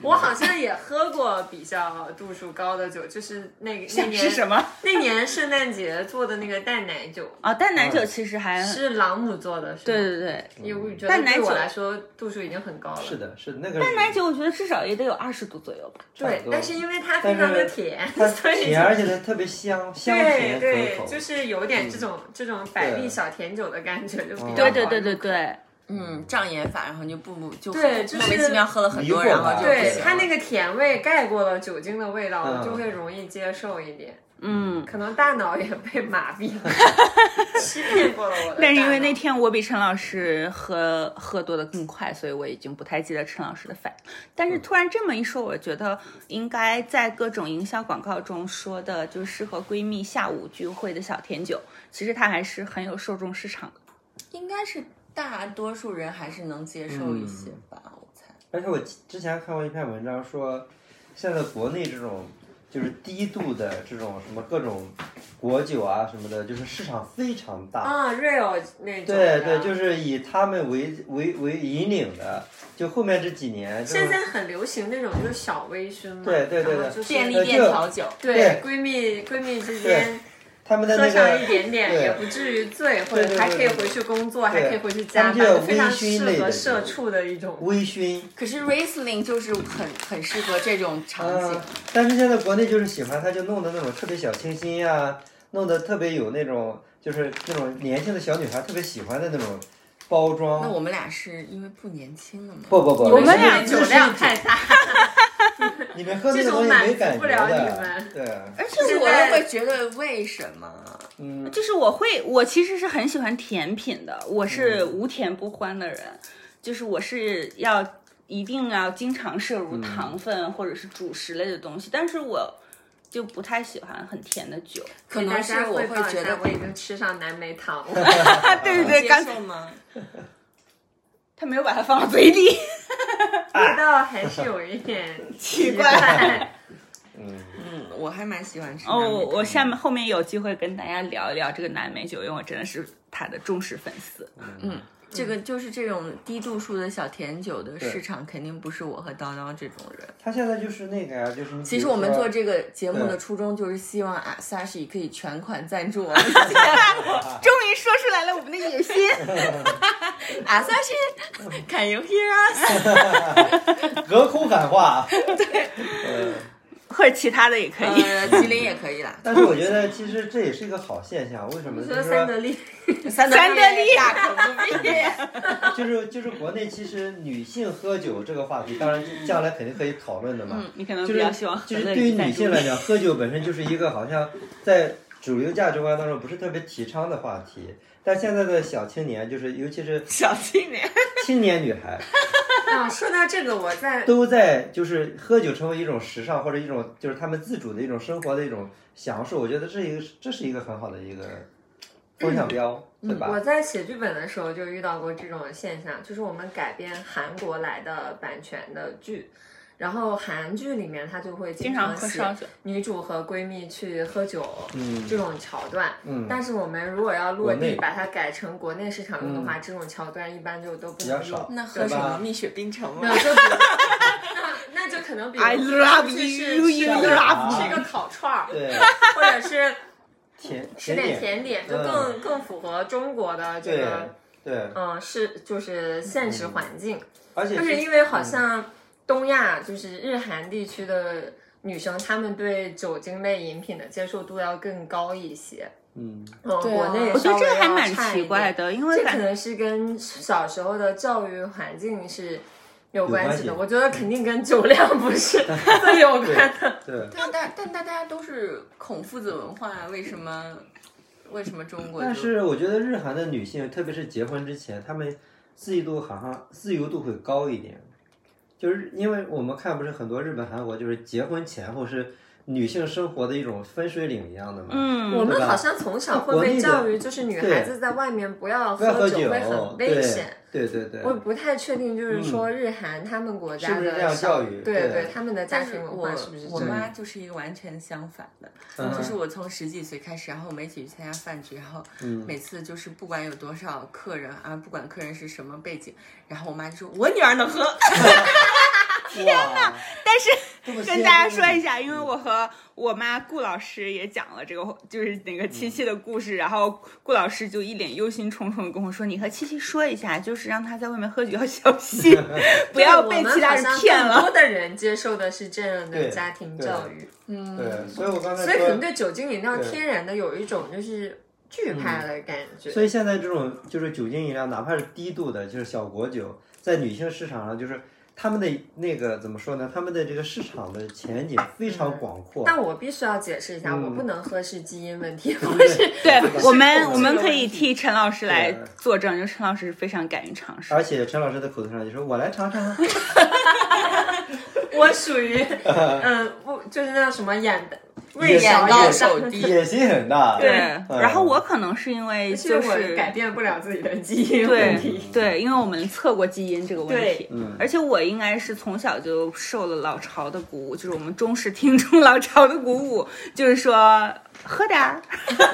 我好像也喝过比较度数高的酒，就是那年是什么？ 那年圣诞节做的那个淡奶酒啊，淡奶酒其实还是朗姆做的，是吗？ 对对对， 因为我觉得对我来说度数已经很高了。 是的，是的，那个淡奶酒我觉得至少也得有20度左右吧。 对，但是因为它非常的甜， 它所以甜，而且它特别香甜对可口， 就是有点这种百利小甜酒的感觉，就比较对对对对对。 障眼法，然后你就对，就是莫名其妙喝了很多，然后就对它那个甜味盖过了酒精的味道，就会容易接受一点。可能大脑也被麻痹了，欺骗过了我的大脑。 但是因为那天我比陈老师喝多的更快，所以我已经不太记得陈老师的反应。但是突然这么一说，我觉得应该在各种营销广告中说的，就适合闺蜜下午聚会的小甜酒，其实它还是很有受众市场的。 应该是大多数人还是能接受一些吧，我猜。 而且我之前看过一篇文章说，现在国内这种就是低度的这种什么各种果酒啊什么的，就是市场非常大啊 ，real 那种。 对对，就是以他们为引领的，就后面这几年。 现在很流行那种就是小微醺嘛， 对对对对， 便利店调酒， 对闺蜜之间。 他们的喝上一点点也不至于醉，或者还可以回去工作，还可以回去加班，非常适合社畜的一种微醺。 可是 Riesling 就是很适合这种场景。 但是现在国内就是喜欢它，就弄的那种特别小清新呀，弄得特别有那种就是那种年轻的小女孩特别喜欢的那种包装。 那我们俩是因为不年轻了吗？ 不， 我们俩酒量太大。 你们喝那个东西没感觉的，对。 而且我会觉得为什么？ 就是我其实是很喜欢甜品的，我是无甜不欢的人，就是我是一定要经常摄入糖分或者是主食类的东西，但是我就不太喜欢很甜的酒。 可能是我会觉得我已经吃上蓝莓糖了。 对对对， 刚才吗？ 他没有把它放到嘴里， 味道还是有一点奇怪。 我还蛮喜欢吃。 我后面有机会跟大家聊一聊这个蓝莓酒，因为我真的是他的忠实粉丝。 这个就是这种低度数的小甜酒的市场，肯定不是我和叨叨这种人。 他现在就是那个呀，就是其实我们做这个节目的初衷就是希望Asahi可以全款赞助我们。终于说出来了我们的野心。 Asahi，Can you hear us？ 隔空喊话。 对。 或者其他的也可以， 麒麟也可以啦。 但是我觉得其实这也是一个好现象，为什么？就是三得利大可不必。 就是国内其实女性喝酒这个话题，当然将来肯定可以讨论的嘛。 你可能比较喜欢喝就是对于女性来讲，喝酒本身就是一个好像在主流价值观当中不是特别提倡的话题。但现在的小青年，就是尤其是小青年青年女孩。 说到这个， 都在就是喝酒成为一种时尚或者一种就是他们自主的一种生活的一种享受，我觉得这是一个很好的一个风向标，对吧？ 我在写剧本的时候就遇到过这种现象，就是我们改编韩国来的版权的剧，然后韩剧里面他就会经常写女主和闺蜜去喝酒这种桥段，但是我们如果要落地把它改成国内市场用的话，这种桥段一般就都不能用。 那喝什么蜜雪冰城吗？ 那就可能比如 I love you, you love me， 吃个烤串儿， 对， 或者是吃点甜点，就更符合中国的这个就是现实环境， 而且就是因为好像东亚就是日韩地区的女生，她们对酒精类饮品的接受度要更高一些。国内我觉得这个还蛮奇怪的，因为这可能是跟小时候的教育环境是有关系的。我觉得肯定跟酒量不是最有关的。 对， 但大家都是孔夫子文化，为什么中国？ 但是我觉得日韩的女性，特别是结婚之前，她们自由度会高一点。就是因为我们看不是很多日本、韩国，就是结婚前后是女性生活的一种分水岭一样的嘛。 我们好像从小会被教育，就是女孩子在外面不要喝酒会很危险。 对对对。 我不太确定，就是说日韩他们国家的是不是这样教育？ 对他们的家庭文化是不是这样？ 我妈就是一个完全相反的，就是我从10几岁开始，然后我们一起去参加饭局，然后每次就是不管有多少客人啊，不管客人是什么背景，然后我妈就说我女儿能喝。 天哪！但是这么跟大家说一下，因为我和我妈顾老师也讲了这个，就是那个七七的故事，然后顾老师就一脸忧心忡忡的跟我说：“你和七七说一下，就是让他在外面喝酒要小心，不要被其他人骗了。” 更多的人接受的是这样的家庭教育， 对，所以我刚才所以可能对酒精饮料天然的有一种就是惧怕的感觉。 所以现在这种就是酒精饮料，哪怕是低度的，就是小果酒，在女性市场上就是。他们的那个怎么说呢？他们的这个市场的前景非常广阔。 但我必须要解释一下，我不能喝是基因问题，我是对我们可以替陈老师来作证，就陈老师非常敢于尝试。 而且陈老师的口头上就说：“我来尝尝。” 我属于不就是那什么眼高手低， 野心很大。 对，然后我可能是因为就是改变不了自己的基因问题。 对，因为我们测过基因这个问题。而且我应该是从小就受了老巢的鼓舞，就是我们忠实听众老巢的鼓舞，就是说喝点儿。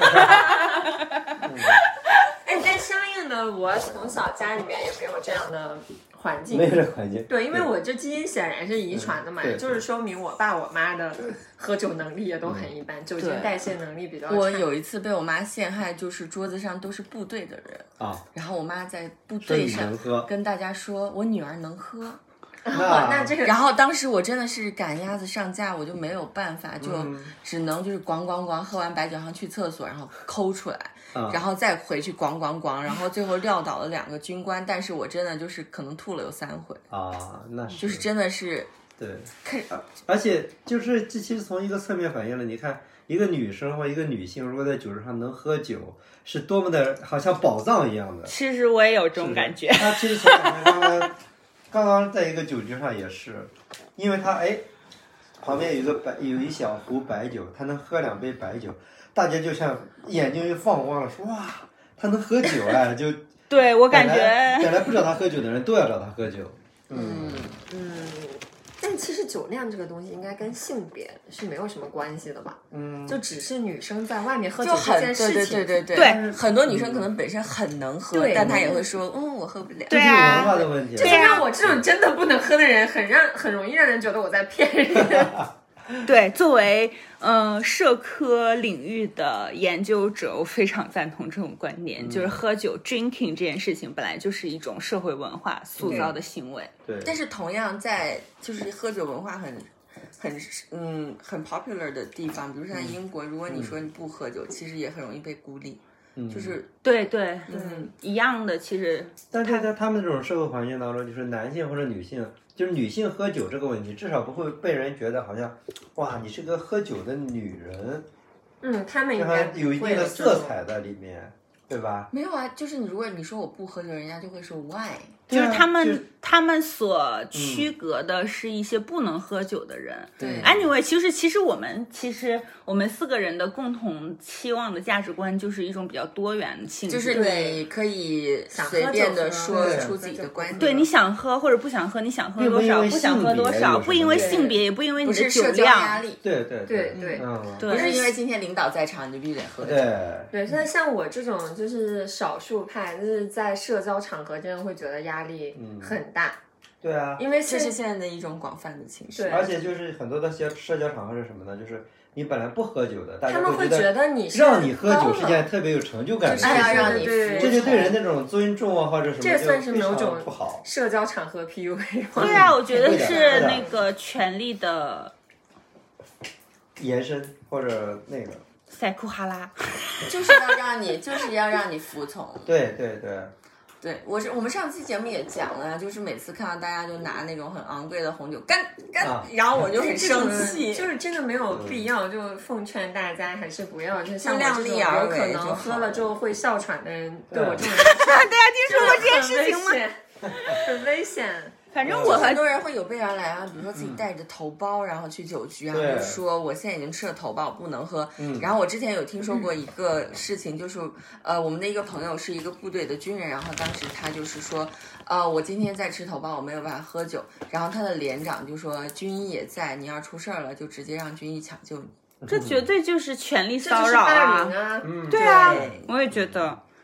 但相应的，我从小家里面也没有这样的环境， 没有这环境。 对，因为我这基因显然是遗传的嘛，就是说明我爸我妈的喝酒能力也都很一般，酒精代谢能力比较差。 我有一次被我妈陷害，就是桌子上都是部队的人然后我妈在部队上跟大家说我女儿能喝。 那这个， 然后当时我真的是赶鸭子上架，我就没有办法，就只能就是咣咣咣喝完白酒，然后去厕所，然后抠出来，然后再回去咣咣咣，然后最后撂倒了2个军官，但是我真的就是可能吐了有3回那是就是真的是对，而且就是这其实从一个侧面反映了，你看一个女生或一个女性如果在酒桌上能喝酒，是多么的好像宝藏一样的。 其实我也有这种感觉。 她其实前2天刚刚在一个酒局上也是，因为他旁边有一小壶白酒，他能喝2杯白酒，大家就像眼睛就放光了，说哇，他能喝酒就对我感觉本来不知道他喝酒的人都要找他喝酒。 但其实酒量这个东西应该跟性别是没有什么关系的吧？就只是女生在外面喝酒这件事情。 对，很多女生可能本身很能喝，但她也会说，我喝不了。 这是文化的问题。 就是让我这种真的不能喝的人，很容易让人觉得我在骗人。 对，作为社科领域的研究者，我非常赞同这种观点，就是喝酒 drinking 这件事情本来就是一种社会文化塑造的行为。 对， 但是同样在就是喝酒文化很 popular 的地方，比如像英国，如果你说你不喝酒，其实也很容易被孤立。就是对，一样的其实。 但是在他们这种社会环境当中，就是男性或者女性。就是女性喝酒这个问题，至少不会被人觉得好像，哇，你是个喝酒的女人。 他们应该有一定的色彩在里面，对吧？ 没有啊，就是如果你说我不喝酒，人家就会说 why。 就是他们所区隔的是一些不能喝酒的人。 对 ，anyway，其实我们4个人的共同期望的价值观就是一种比较多元性质， 就是你可以随便的说出自己的观点。 对，你想喝或者不想喝，你想喝多少，不想喝多少，不因为性别，也不因为你的酒量。 对， 不是因为今天领导在场你就必须得喝。 对，所以像我这种就是少数派，就是在社交场合真的会觉得压力很大。 对啊， 因为这是现在的一种广泛的情绪。 而且就是很多的社交场合是什么呢？就是你本来不喝酒的，大家他们会觉得你让你喝酒是件特别有成就感的事情， 让你这就对人那种尊重或者什么， 这算是某种不好。 社交场合 PUA。 对啊，我觉得是那个权力的延伸或者那个塞库哈拉， 就是要让你服从。 对， 我们上期节目也讲了，就是每次看到大家就拿那种很昂贵的红酒干，然后我就很生气， 就是真的没有必要，就奉劝大家还是不要，就像量力而为， 有可能喝了之后会哮喘的人，对我这种人， 大家听说过这件事情吗？ 很危险。 反正我很多人会有备而来啊，比如说自己带着头孢，然后去酒局啊，就说我现在已经吃了头孢，不能喝。然后我之前有听说过一个事情，就是我们的一个朋友是一个部队的军人，然后当时他就是说，我今天在吃头孢，我没有办法喝酒。然后他的连长就说，军医也在，你要出事儿了，就直接让军医抢救你。 这绝对就是权力骚扰啊！ 啊！ 对啊，我也觉得。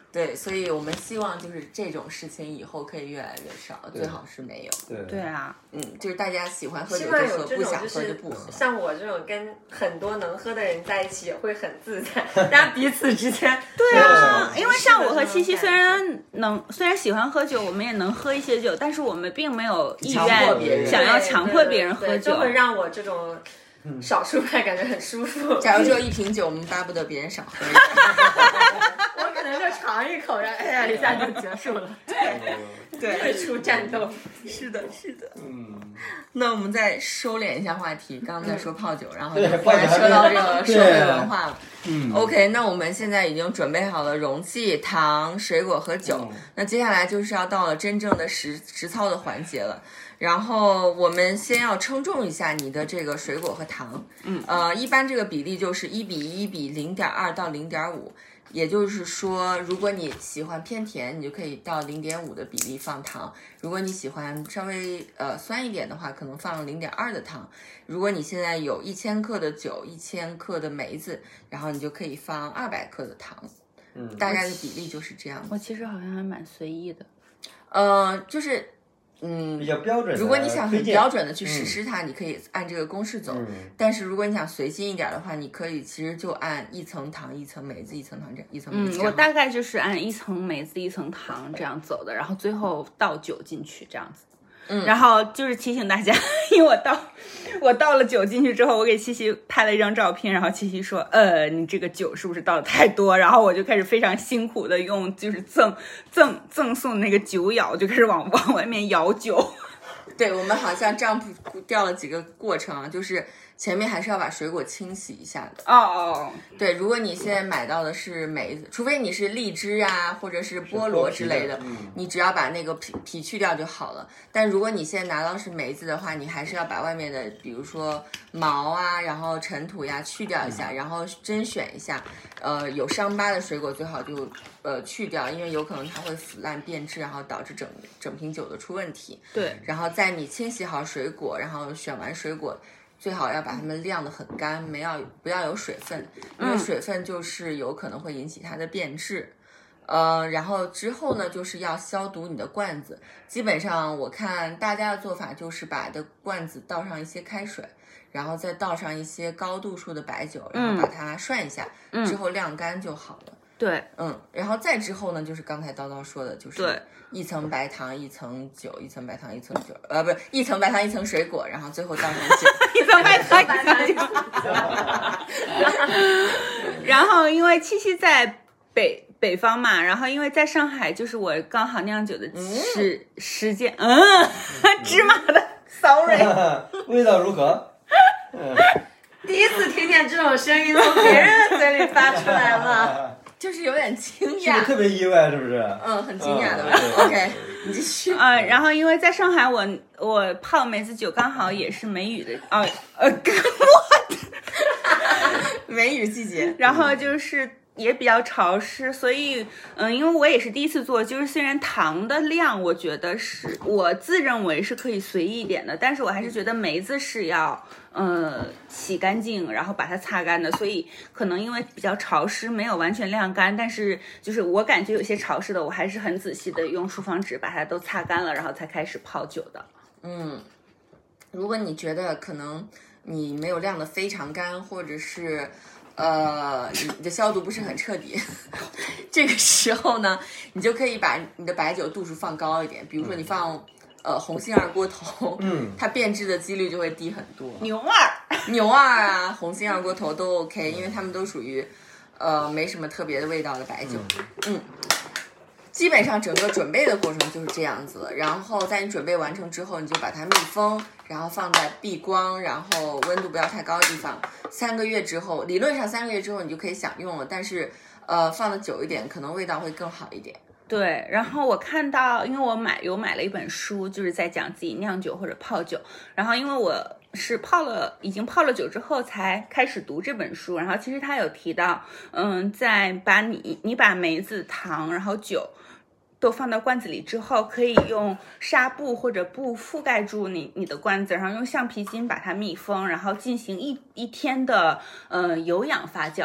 对，所以我们希望就是这种事情以后可以越来越少，最好是没有。 对啊， 就是大家喜欢喝酒希就喝， 望有这种不想喝就不喝。 像我这种跟很多能喝的人在一起也会很自在，大家彼此之间。 对啊，因为像我和七七虽然喜欢喝酒，我们也能喝一些酒，但是我们并没有意愿想要强迫别人喝酒， 就会让我这种少数派感觉很舒服。 假如只有1瓶酒，我们巴不得别人少喝一点。 我可能就尝一口，然后哎呀，一下就结束了。对，会出战斗。 是的，是的。那我们再收敛一下话题，刚刚在说泡酒，然后突然说到这个社会文化了。OK， 那我们现在已经准备好了容器、糖、水果和酒，那接下来就是要到了真正的实操的环节了。然后我们先要称重一下你的这个水果和糖。一般这个比例就是1:1比0.2到0.5。也就是说，如果你喜欢偏甜，你就可以到0.5的比例放糖；如果你喜欢稍微酸一点的话，可能放0.2的糖。如果你现在有1000克的酒、1000克的梅子，然后你就可以放200克的糖。大概的比例就是这样。 我其实好像还蛮随意的。 就是比较标准的。 如果你想很标准的去实施它，你可以按这个公式走。但是如果你想随心一点的话，你可以其实就按1层糖、1层梅子、1层糖这样1层梅子。 我大概就是按1层梅子、1层糖这样走的，然后最后倒酒进去这样子。然后就是提醒大家，因为我倒了酒进去之后，我给七七拍了一张照片，然后七七说，你这个酒是不是倒的太多？然后我就开始非常辛苦的用就是赠送那个酒舀，就开始往外面舀酒。 对，我们好像这样掉了几个过程啊，就是前面还是要把水果清洗一下的。对，如果你现在买到的是梅子，除非你是荔枝啊或者是菠萝之类的，你只要把那个皮去掉就好了。但如果你现在拿到的是梅子的话，你还是要把外面的比如说毛啊，然后尘土呀去掉一下，然后甄选一下有伤疤的水果最好就去掉，因为有可能它会腐烂变质，然后导致整瓶酒的出问题。 对， 然后在你清洗好水果，然后选完水果，最好要把它们晾得很干，不要有水分，因为水分就是有可能会引起它的变质。然后之后呢，就是要消毒你的罐子。基本上我看大家的做法就是把的罐子倒上一些开水，然后再倒上一些高度数的白酒，然后把它涮一下，之后晾干就好了。 对， 然后再之后呢，就是刚才叨叨说的，就是对 1层白糖1层酒，1层白糖1层酒，不是1层白糖1层水果，然后最后倒上酒 1层白糖1层酒。然后因为七七在北方嘛，然后因为在上海就是我刚好酿酒的时间，芝麻的 ，sorry， 味道如何？ 第一次听见这种声音从别人的嘴里发出来了。 就是有点惊讶， 是不是特别意外？是不是？ 很惊讶的。OK， 你继续。 然后因为在上海我泡梅子酒刚好也是梅雨的梅雨季节， 然后就是也比较潮湿，所以因为我也是第一次做，就是虽然糖的量我觉得是我自认为是可以随意一点的，但是我还是觉得梅子是要洗干净，然后把它擦干的，所以可能因为比较潮湿没有完全晾干，但是就是我感觉有些潮湿的我还是很仔细的用厨房纸把它都擦干了，然后才开始泡酒的。 如果你觉得可能你没有晾得非常干，或者是你的消毒不是很彻底，这个时候呢，你就可以把你的白酒度数放高一点，比如说你放红星二锅头，它变质的几率就会低很多。牛二啊，红星二锅头都 OK， 因为它们都属于没什么特别的味道的白酒。基本上整个准备的过程就是这样子，然后在你准备完成之后，你就把它密封，然后放在避光，然后温度不要太高的地方。3个月之后，理论上3个月之后你就可以享用了，但是放的久一点，可能味道会更好一点。 对，然后我看到，因为我买了一本书，就是在讲自己酿酒或者泡酒，然后因为我是已经泡了酒之后才开始读这本书，然后其实他有提到，在把你把梅子、糖，然后酒都放到罐子里之后，可以用纱布或者布覆盖住你的罐子，然后用橡皮筋把它密封，然后进行一天的有氧发酵。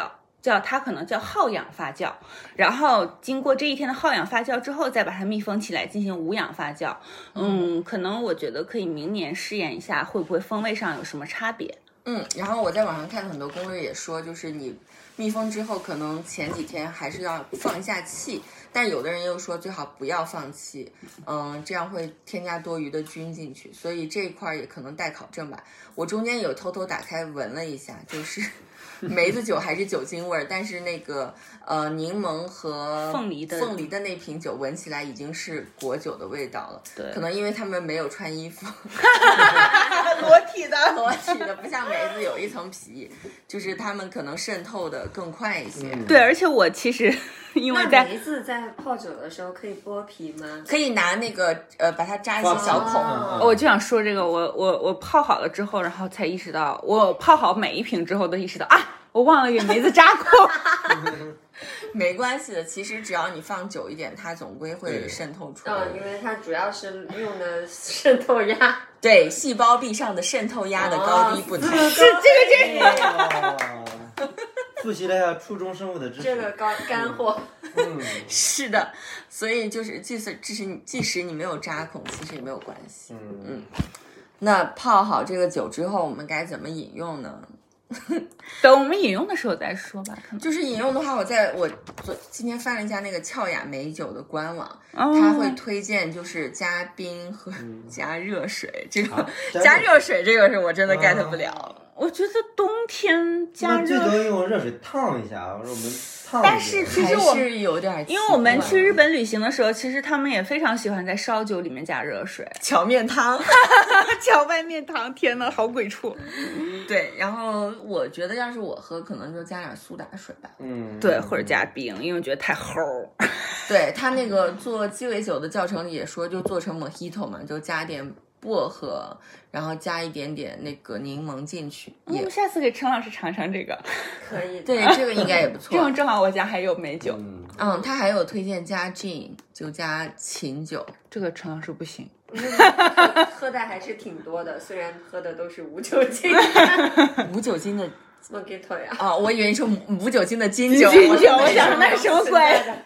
它可能叫耗氧发酵，然后经过这一天的耗氧发酵之后，再把它密封起来进行无氧发酵。可能我觉得可以明年试验一下，会不会风味上有什么差别。 然后我在网上看很多攻略也说，就是你密封之后，可能前几天还是要放一下气，但有的人又说最好不要放气，这样会添加多余的菌进去，所以这一块也可能待考证吧。我中间有偷偷打开闻了一下，就是梅子酒还是酒精味儿，但是那个柠檬和凤梨的那瓶酒闻起来已经是果酒的味道了。 对， 可能因为他们没有穿衣服， 裸体的，不像梅子有一层皮，就是他们可能渗透的更快一些。 对，而且我其实因为那梅子在泡酒的时候可以剥皮吗？ 可以拿那个把它扎一些小孔。 我就想说这个，我泡好了之后，然后才意识到，我泡好每一瓶之后都意识到我忘了给梅子扎孔。 没关系的，其实只要你放久一点，它总归会渗透出来。 因为它主要是用的渗透压， 对，细胞壁上的渗透压的高低不同。 是这个。 复习了一下初中生物的知识， 这个干货。 是的，所以就是即使你没有扎孔，其实也没有关系。那泡好这个酒之后，我们该怎么饮用呢？ 等我们饮用的时候再说吧。可能就是饮用的话，我今天翻了一下那个俏雅美酒的官网，它会推荐就是加冰和加热水。这个加热水这个是我真的 get 不了。 我觉得冬天加热， 最多用热水烫一下，我们烫。 但是其实还是有点， 因为我们去日本旅行的时候，其实他们也非常喜欢在烧酒里面加热水， 荞面汤， 荞麦面汤，天呐，好鬼畜。 对，然后我觉得要是我喝，可能就加点苏打水吧。 对，或者加冰，因为觉得太齁。 对，他那个做鸡尾酒的教程里也说，就做成 Mojito 嘛，就加点薄荷，然后加一点点那个柠檬进去。 我们下次给陈老师尝尝这个， 可以。 对，这个应该也不错。 这种正好我家还有美酒。 他还有推荐加 gin， 就加琴酒。 这个陈老师不行。 喝的还是挺多的，虽然喝的都是无酒精。 无酒精的 Mojito 呀。 我以为你说无酒精的金酒。 我想那什么鬼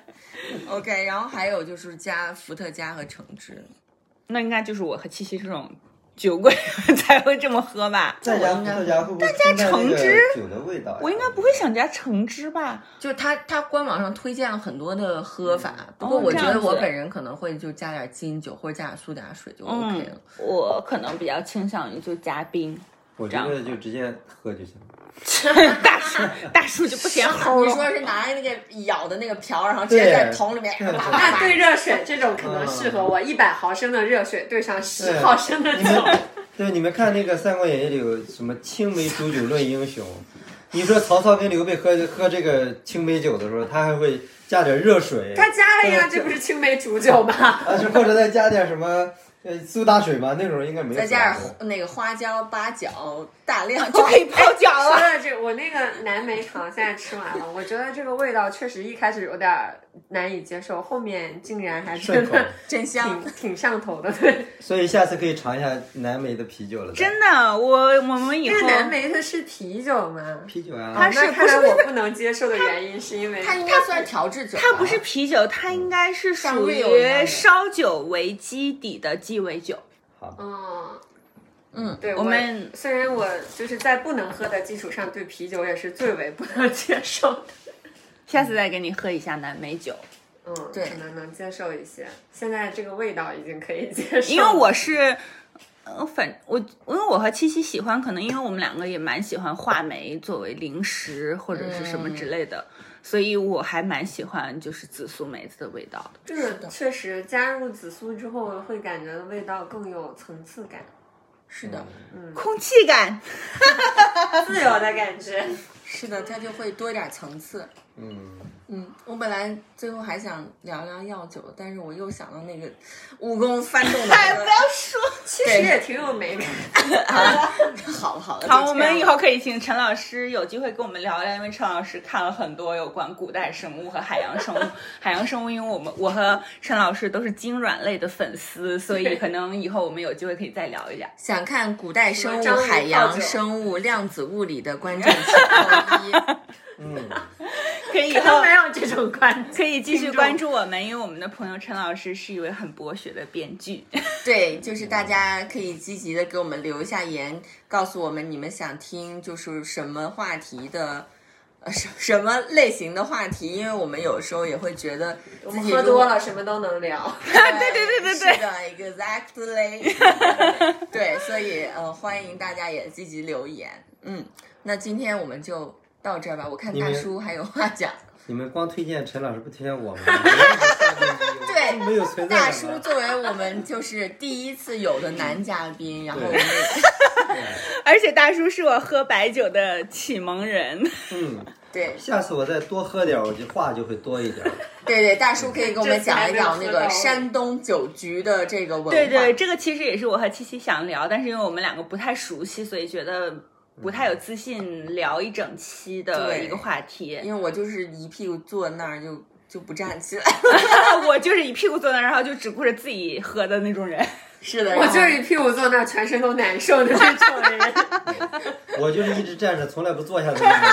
？OK， 然后还有就是加伏特加和橙汁。 那应该就是我和七七这种酒鬼才会这么喝吧？ 再加伏特加会不会加橙汁酒的味道？ 我应该不会想加橙汁吧？ 就他官网上推荐了很多的喝法，不过我觉得我本人可能会就加点金酒或者加点苏打水就 OK 了。 我可能比较倾向于就加冰， 我觉得就直接喝就行了。 大叔就不嫌齁了。 你说是拿那个舀的那个瓢，然后直接在桶里面。 那兑热水这种可能适合我，100毫升的热水兑上10毫升的酒。 对，你们看那个《三国演义》里有什么青梅煮酒论英雄？你说曹操跟刘备喝这个青梅酒的时候，他还会加点热水。 他加了呀，这不是青梅煮酒吗？ 或者再加点什么苏打水吧，那种应该没有。 再加点那个花椒、八角，大量就可以泡脚了。 说的这我那个蓝莓糖现在吃完了，我觉得这个味道确实一开始有点难以接受，后面竟然还真的真香， 挺上头的。对， 所以下次可以尝一下蓝莓的啤酒了。 真的，我们以后蓝莓它是啤酒吗？ 啤酒啊， 它是看来我不能接受的原因是因为它应该算调制酒， 它不是啤酒，它应该是属于烧酒为基底的鸡尾酒。 好， 对， 我们虽然我就是在不能喝的基础上，对啤酒也是最为不能接受的。 下次再给你喝一下蓝莓酒。 对，可能接受一些。现在这个味道已经可以接受， 因为我是，因为我和七七喜欢，可能因为我们两个也蛮喜欢话梅作为零食或者是什么之类的，所以我还蛮喜欢就是紫苏梅子的味道的。 这个确实加入紫苏之后，会感觉味道更有层次感。 是的， 空气感， 自由的感觉。 是的，它就会多一点层次。我本来最后还想聊聊药酒，但是我又想到那个蜈蚣翻动的、不要说， 其实也挺有美感。 好， 我们以后可以请陈老师有机会跟我们聊聊，因为陈老师看了很多有关古代生物和海洋生物。海洋生物，因为我和陈老师都是精卵类的粉丝，所以可能以后我们有机会可以再聊一下。 想看古代生物、海洋生物、量子物理的观众请扣1。 可以以可能后没有这种观可以继续关注我们，因为我们的朋友陈老师是一位很博学的编剧。 对，就是大家可以积极的给我们留一下言，告诉我们你们想听就是什么话题的。什么类型的话题？因为我们有时候也会觉得自己喝多了什么都能聊。 对，是的 ，exactly 。对，所以欢迎大家也积极留言。那今天我们就到这儿吧。我看大叔还有话讲。 你们光推荐陈老师不推荐我们？ 对， 没有存在大叔作为我们就是第一次有的男嘉宾，然后我们而且大叔是我喝白酒的启蒙人。 对， 下次我再多喝点，我就话就会多一点。 对，大叔可以给我们讲一讲那个山东酒局的这个文化。 对，这个其实也是我和七七想聊，但是因为我们两个不太熟悉，所以觉得不太有自信聊一整期的一个话题。 因为我就是一屁股坐那儿就不站起来。 我就是一屁股坐那儿，然后就只顾着自己喝的那种人。 是的， 我就是一屁股坐那儿，全身都难受的那种人。 我就是一直站着，从来不坐下的那种人。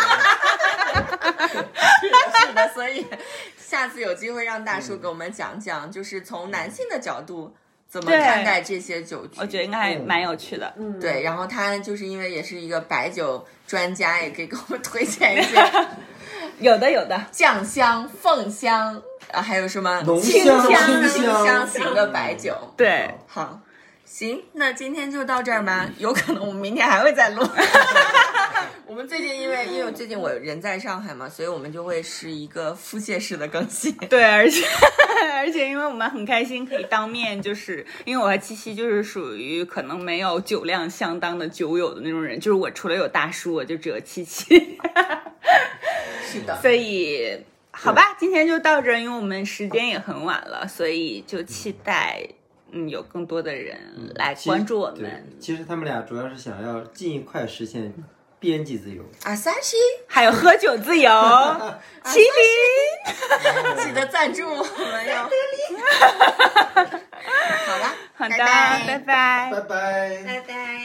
是的，所以下次有机会让大叔给我们讲讲，就是从男性的角度怎么看待这些酒局。 我觉得应该还蛮有趣的。 对，然后他就是因为也是一个白酒专家，也可以给我们推荐一些有的酱香、凤香还有什么浓清香型的白酒。 对， 好，行，那今天就到这儿吧。有可能我们明天还会再录。我们最近因为最近我人在上海嘛，所以我们就会是一个腹泻式的更新。 对，而且因为我们很开心可以当面，就是因为我和七七就是属于可能没有酒量相当的酒友的那种人，就是我除了有大叔，我就只有七七。 是的， 所以好吧，今天就到这儿，因为我们时间也很晚了，所以就期待有更多的人来关注我们。 其实他们俩主要是想要尽快实现编辑自由。 阿萨西， 还有喝酒自由，麒麟， 记得赞助我们哟。好了， 好的， 拜拜拜拜， 拜拜， 拜拜。